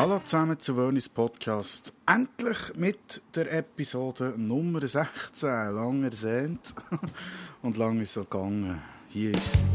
Hallo zusammen zu Wörnis Podcast. Endlich mit der Episode Nummer 16. Lang ersehnt und lang ist so gegangen. Hier ist sie.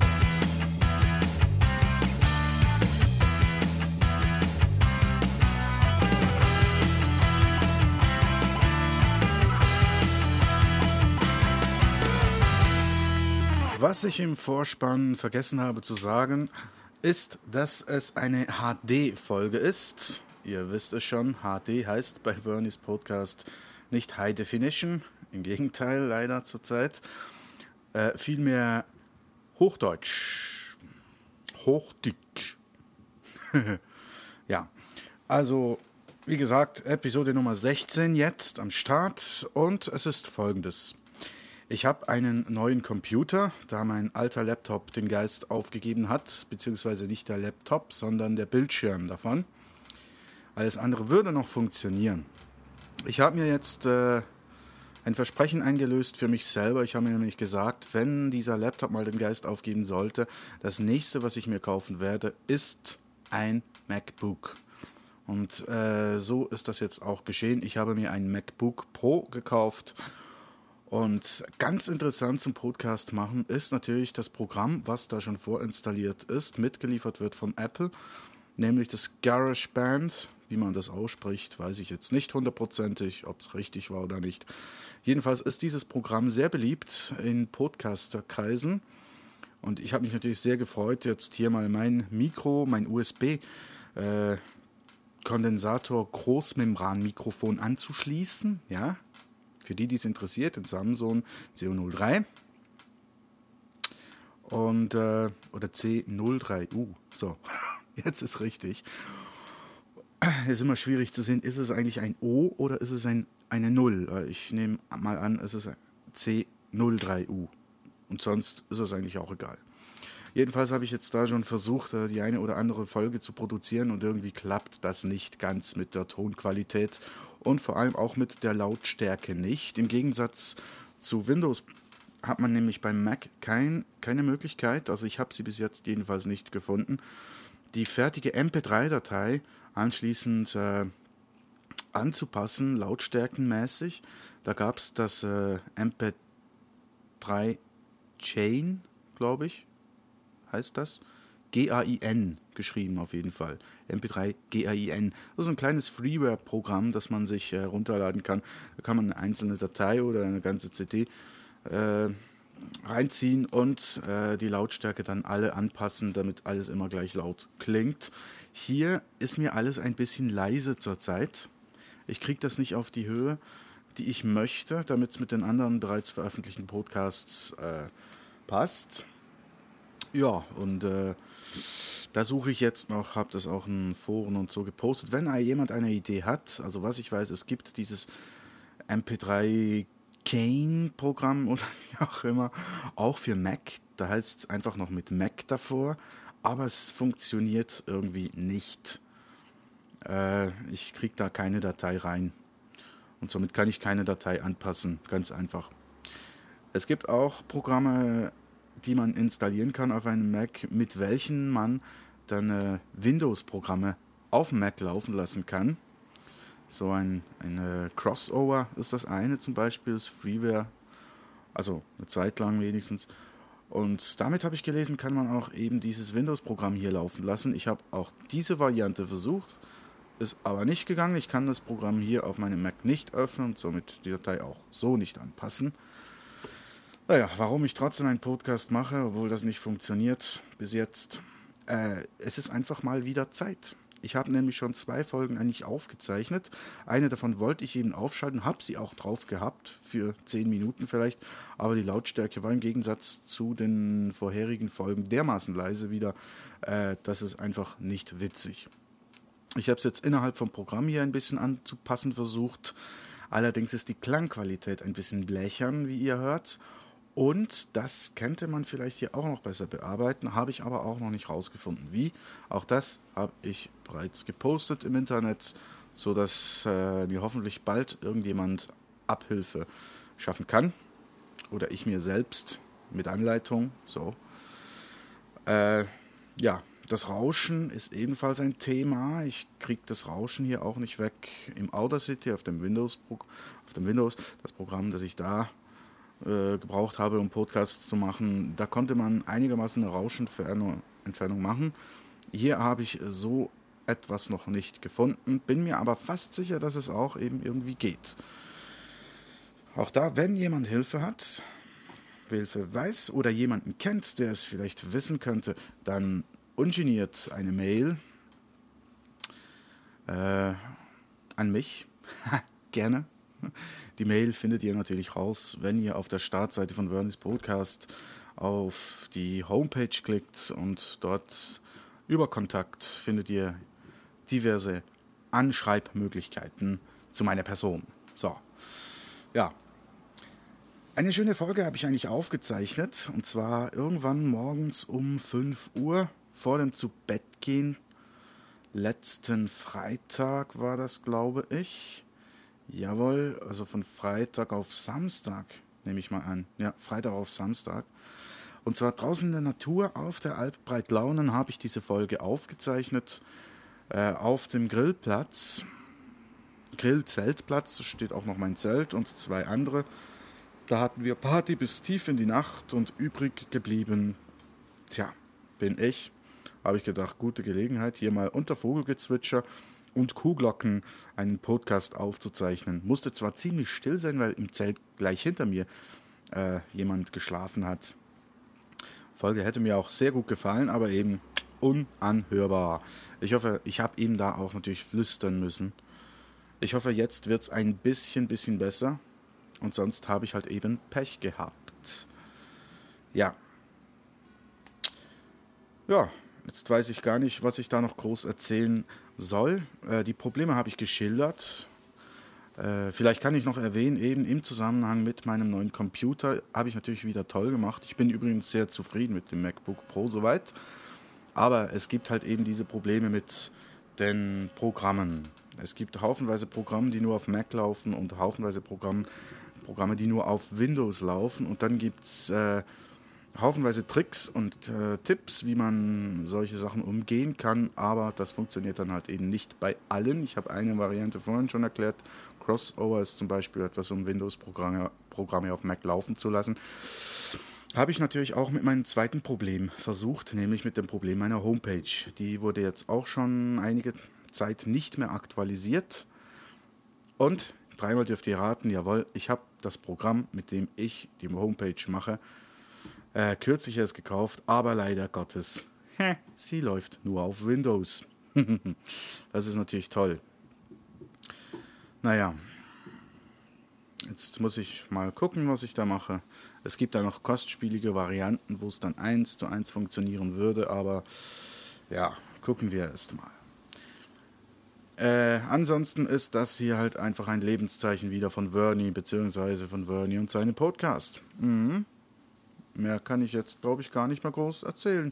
Was ich im Vorspann vergessen habe zu sagen, ist, dass es eine HD-Folge ist. Ihr wisst es schon, HD heißt bei Wörnis Podcast nicht High Definition, im Gegenteil leider zurzeit, vielmehr Hochdeutsch. Hochdeutsch. Ja, also wie gesagt, Episode Nummer 16 jetzt am Start und es ist folgendes. Ich habe einen neuen Computer, da mein alter Laptop den Geist aufgegeben hat, beziehungsweise nicht der Laptop, sondern der Bildschirm davon. Alles andere würde noch funktionieren. Ich habe mir jetzt ein Versprechen eingelöst für mich selber. Ich habe mir nämlich gesagt, wenn dieser Laptop mal den Geist aufgeben sollte, das nächste, was ich mir kaufen werde, ist ein MacBook. Und so ist das jetzt auch geschehen. Ich habe mir ein MacBook Pro gekauft. Und ganz interessant zum Podcast machen ist natürlich das Programm, was da schon vorinstalliert ist, mitgeliefert wird von Apple, nämlich das GarageBand. Wie man das ausspricht, weiß ich jetzt nicht hundertprozentig, ob es richtig war oder nicht. Jedenfalls ist dieses Programm sehr beliebt in Podcasterkreisen und ich habe mich natürlich sehr gefreut, jetzt hier mal mein Mikro, mein USB-Kondensator Großmembran-Mikrofon anzuschließen, ja. Für die es interessiert, den Samsung CO03 und oder C03U. So, jetzt ist richtig. Ist immer schwierig zu sehen, ist es eigentlich ein O oder ist es eine 0? Ich nehme mal an, es ist C03U. Und sonst ist es eigentlich auch egal. Jedenfalls habe ich jetzt da schon versucht, die eine oder andere Folge zu produzieren und irgendwie klappt das nicht ganz mit der Tonqualität und vor allem auch mit der Lautstärke nicht. Im Gegensatz zu Windows hat man nämlich beim Mac keine Möglichkeit, also ich habe sie bis jetzt jedenfalls nicht gefunden, die fertige MP3-Datei anschließend anzupassen, lautstärkenmäßig. Da gab es das MP3 Chain, glaube ich, heißt das. GAIN geschrieben auf jeden Fall. MP3 GAIN. Das ist ein kleines Freeware-Programm, das man sich runterladen kann. Da kann man eine einzelne Datei oder eine ganze CD reinziehen und die Lautstärke dann alle anpassen, damit alles immer gleich laut klingt. Hier ist mir alles ein bisschen leise zurzeit. Ich kriege das nicht auf die Höhe, die ich möchte, damit es mit den anderen bereits veröffentlichten Podcasts passt. Ja, und da suche ich jetzt noch, habe das auch in Foren und so gepostet. Wenn jemand eine Idee hat, also was ich weiß, es gibt dieses MP3 Gain-Programm oder wie auch immer, auch für Mac. Da heißt es einfach noch mit Mac davor, aber es funktioniert irgendwie nicht. Ich kriege da keine Datei rein und somit kann ich keine Datei anpassen, ganz einfach. Es gibt auch Programme, die man installieren kann auf einem Mac, mit welchen man dann Windows-Programme auf dem Mac laufen lassen kann. So ein Crossover ist das eine zum Beispiel, das Freeware, also eine Zeit lang wenigstens. Und damit habe ich gelesen, kann man auch eben dieses Windows-Programm hier laufen lassen. Ich habe auch diese Variante versucht, ist aber nicht gegangen. Ich kann das Programm hier auf meinem Mac nicht öffnen und somit die Datei auch so nicht anpassen. Naja, warum ich trotzdem einen Podcast mache, obwohl das nicht funktioniert bis jetzt, es ist einfach mal wieder Zeit. Ich habe nämlich schon 2 Folgen eigentlich aufgezeichnet. Eine davon wollte ich eben aufschalten, habe sie auch drauf gehabt, für 10 Minuten vielleicht, aber die Lautstärke war im Gegensatz zu den vorherigen Folgen dermaßen leise wieder, das ist einfach nicht witzig. Ich habe es jetzt innerhalb vom Programm hier ein bisschen anzupassen versucht, allerdings ist die Klangqualität ein bisschen blechern, wie ihr hört. Und das könnte man vielleicht hier auch noch besser bearbeiten, habe ich aber auch noch nicht rausgefunden. Wie? Auch das habe ich bereits gepostet im Internet, sodass mir hoffentlich bald irgendjemand Abhilfe schaffen kann. Oder ich mir selbst mit Anleitung. So. Ja, das Rauschen ist ebenfalls ein Thema. Ich kriege das Rauschen hier auch nicht weg. Im Audacity auf dem Windows, das Programm, das ich da gebraucht habe, um Podcasts zu machen, da konnte man einigermaßen eine Rauschentfernung machen. Hier habe ich so etwas noch nicht gefunden, bin mir aber fast sicher, dass es auch eben irgendwie geht. Auch da, wenn jemand Hilfe hat, Hilfe weiß oder jemanden kennt, der es vielleicht wissen könnte, dann ungeniert eine Mail an mich. Gerne. Die Mail findet ihr natürlich raus, wenn ihr auf der Startseite von Vernys Podcast auf die Homepage klickt und dort über Kontakt findet ihr diverse Anschreibmöglichkeiten zu meiner Person. So, ja. Eine schöne Folge habe ich eigentlich aufgezeichnet, und zwar irgendwann morgens um 5 Uhr vor dem Zubettgehen. Letzten Freitag war das, glaube ich. Jawohl, also von Freitag auf Samstag, nehme ich mal an. Ja, Freitag auf Samstag. Und zwar draußen in der Natur auf der Alp Breitlaunen habe ich diese Folge aufgezeichnet. Auf dem Grillplatz, Grillzeltplatz, steht auch noch mein Zelt und 2 andere. Da hatten wir Party bis tief in die Nacht und übrig geblieben, bin ich. Habe ich gedacht, gute Gelegenheit, hier mal unter Vogelgezwitscher und Kuhglocken einen Podcast aufzuzeichnen. Musste zwar ziemlich still sein, weil im Zelt gleich hinter mir jemand geschlafen hat. Folge hätte mir auch sehr gut gefallen, aber eben unanhörbar. Ich hoffe, ich habe eben da auch natürlich flüstern müssen. Ich hoffe, jetzt wird es ein bisschen besser. Und sonst habe ich halt eben Pech gehabt. Ja, jetzt weiß ich gar nicht, was ich da noch groß erzählen soll. Die Probleme habe ich geschildert. Vielleicht kann ich noch erwähnen, eben im Zusammenhang mit meinem neuen Computer habe ich natürlich wieder toll gemacht. Ich bin übrigens sehr zufrieden mit dem MacBook Pro soweit. Aber es gibt halt eben diese Probleme mit den Programmen. Es gibt haufenweise Programme, die nur auf Mac laufen und haufenweise Programme, die nur auf Windows laufen. Und dann gibt es haufenweise Tricks und Tipps, wie man solche Sachen umgehen kann. Aber das funktioniert dann halt eben nicht bei allen. Ich habe eine Variante vorhin schon erklärt. Crossover ist zum Beispiel etwas, um Windows-Programme auf Mac laufen zu lassen. Habe ich natürlich auch mit meinem zweiten Problem versucht, nämlich mit dem Problem meiner Homepage. Die wurde jetzt auch schon einige Zeit nicht mehr aktualisiert. Und dreimal dürft ihr raten, jawohl, ich habe das Programm, mit dem ich die Homepage mache, kürzlich erst gekauft, aber leider Gottes, sie läuft nur auf Windows. Das ist natürlich toll. Naja, jetzt muss ich mal gucken, was ich da mache. Es gibt da noch kostspielige Varianten, wo es dann 1:1 funktionieren würde, aber ja, gucken wir erst mal. Ansonsten ist das hier halt einfach ein Lebenszeichen wieder von Verny, beziehungsweise von Verny und seinem Podcast. Mehr kann ich jetzt, glaube ich, gar nicht mehr groß erzählen.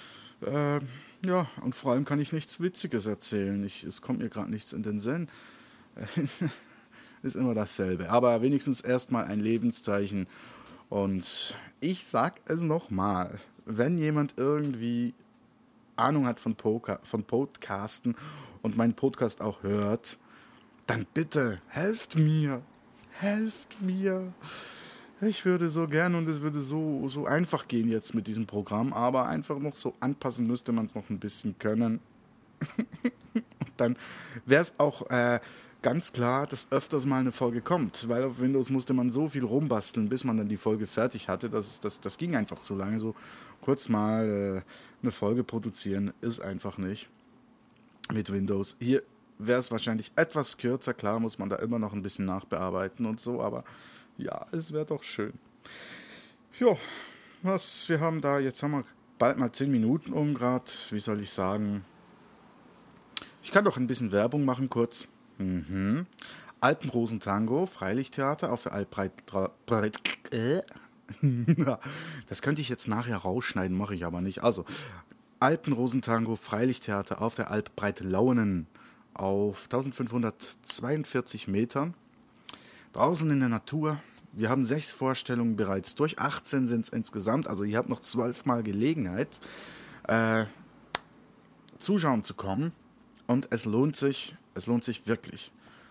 Und vor allem kann ich nichts Witziges erzählen. Es kommt mir gerade nichts in den Sinn. Ist immer dasselbe. Aber wenigstens erstmal ein Lebenszeichen. Und ich sag es nochmal, wenn jemand irgendwie Ahnung hat von Podcasten und meinen Podcast auch hört, dann bitte helft mir. Helft mir. Ich würde so gern und es würde so einfach gehen jetzt mit diesem Programm, aber einfach noch so anpassen müsste man es noch ein bisschen können. Und dann wäre es auch ganz klar, dass öfters mal eine Folge kommt, weil auf Windows musste man so viel rumbasteln, bis man dann die Folge fertig hatte. Das ging einfach zu lange. So kurz mal eine Folge produzieren ist einfach nicht mit Windows. Hier wäre es wahrscheinlich etwas kürzer. Klar muss man da immer noch ein bisschen nachbearbeiten und so, aber ja, es wäre doch schön. Jo, wir haben da, jetzt haben wir bald mal 10 Minuten gerade, wie soll ich sagen. Ich kann doch ein bisschen Werbung machen, kurz. Alpenrosentango, Freilichttheater auf der Das könnte ich jetzt nachher rausschneiden, mache ich aber nicht. Also, Alpenrosentango, Freilichttheater auf der Alp Breitlaunen auf 1542 Metern. Draußen in der Natur. Wir haben 6 Vorstellungen bereits durch. 18 sind es insgesamt. Also ihr habt noch 12 Mal Gelegenheit. Zuschauen zu kommen. Und es lohnt sich wirklich.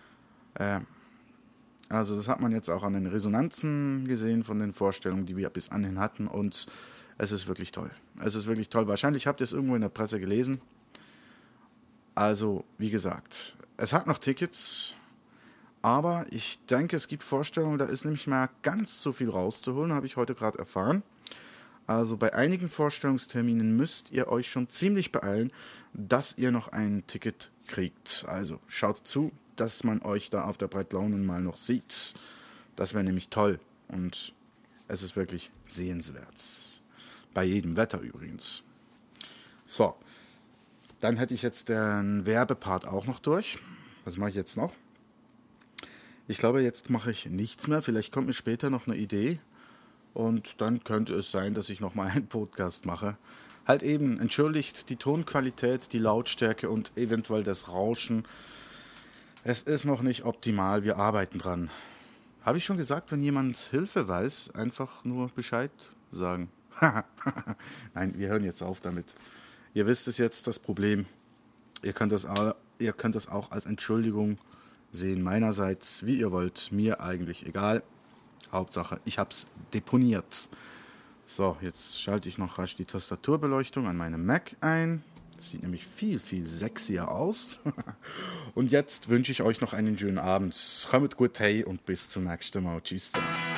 Also das hat man jetzt auch an den Resonanzen gesehen von den Vorstellungen, die wir bis anhin hatten. Und es ist wirklich toll. Es ist wirklich toll. Wahrscheinlich habt ihr es irgendwo in der Presse gelesen. Also, wie gesagt, es hat noch Tickets, aber ich denke, es gibt Vorstellungen, da ist nämlich mehr ganz so viel rauszuholen, habe ich heute gerade erfahren. Also bei einigen Vorstellungsterminen müsst ihr euch schon ziemlich beeilen, dass ihr noch ein Ticket kriegt. Also schaut zu, dass man euch da auf der Breitlaune mal noch sieht. Das wäre nämlich toll und es ist wirklich sehenswert. Bei jedem Wetter übrigens. So, dann hätte ich jetzt den Werbepart auch noch durch. Was mache ich jetzt noch? Ich glaube, jetzt mache ich nichts mehr. Vielleicht kommt mir später noch eine Idee. Und dann könnte es sein, dass ich nochmal einen Podcast mache. Halt eben, entschuldigt die Tonqualität, die Lautstärke und eventuell das Rauschen. Es ist noch nicht optimal, wir arbeiten dran. Habe ich schon gesagt, wenn jemand Hilfe weiß, einfach nur Bescheid sagen. Nein, wir hören jetzt auf damit. Ihr wisst es jetzt, das Problem. Ihr könnt das auch als Entschuldigung sehen meinerseits, wie ihr wollt. Mir eigentlich egal. Hauptsache, ich habe es deponiert. So, jetzt schalte ich noch rasch die Tastaturbeleuchtung an meinem Mac ein. Das sieht nämlich viel, viel sexier aus. Und jetzt wünsche ich euch noch einen schönen Abend. Kommt gut hey und bis zum nächsten Mal. Tschüss zusammen.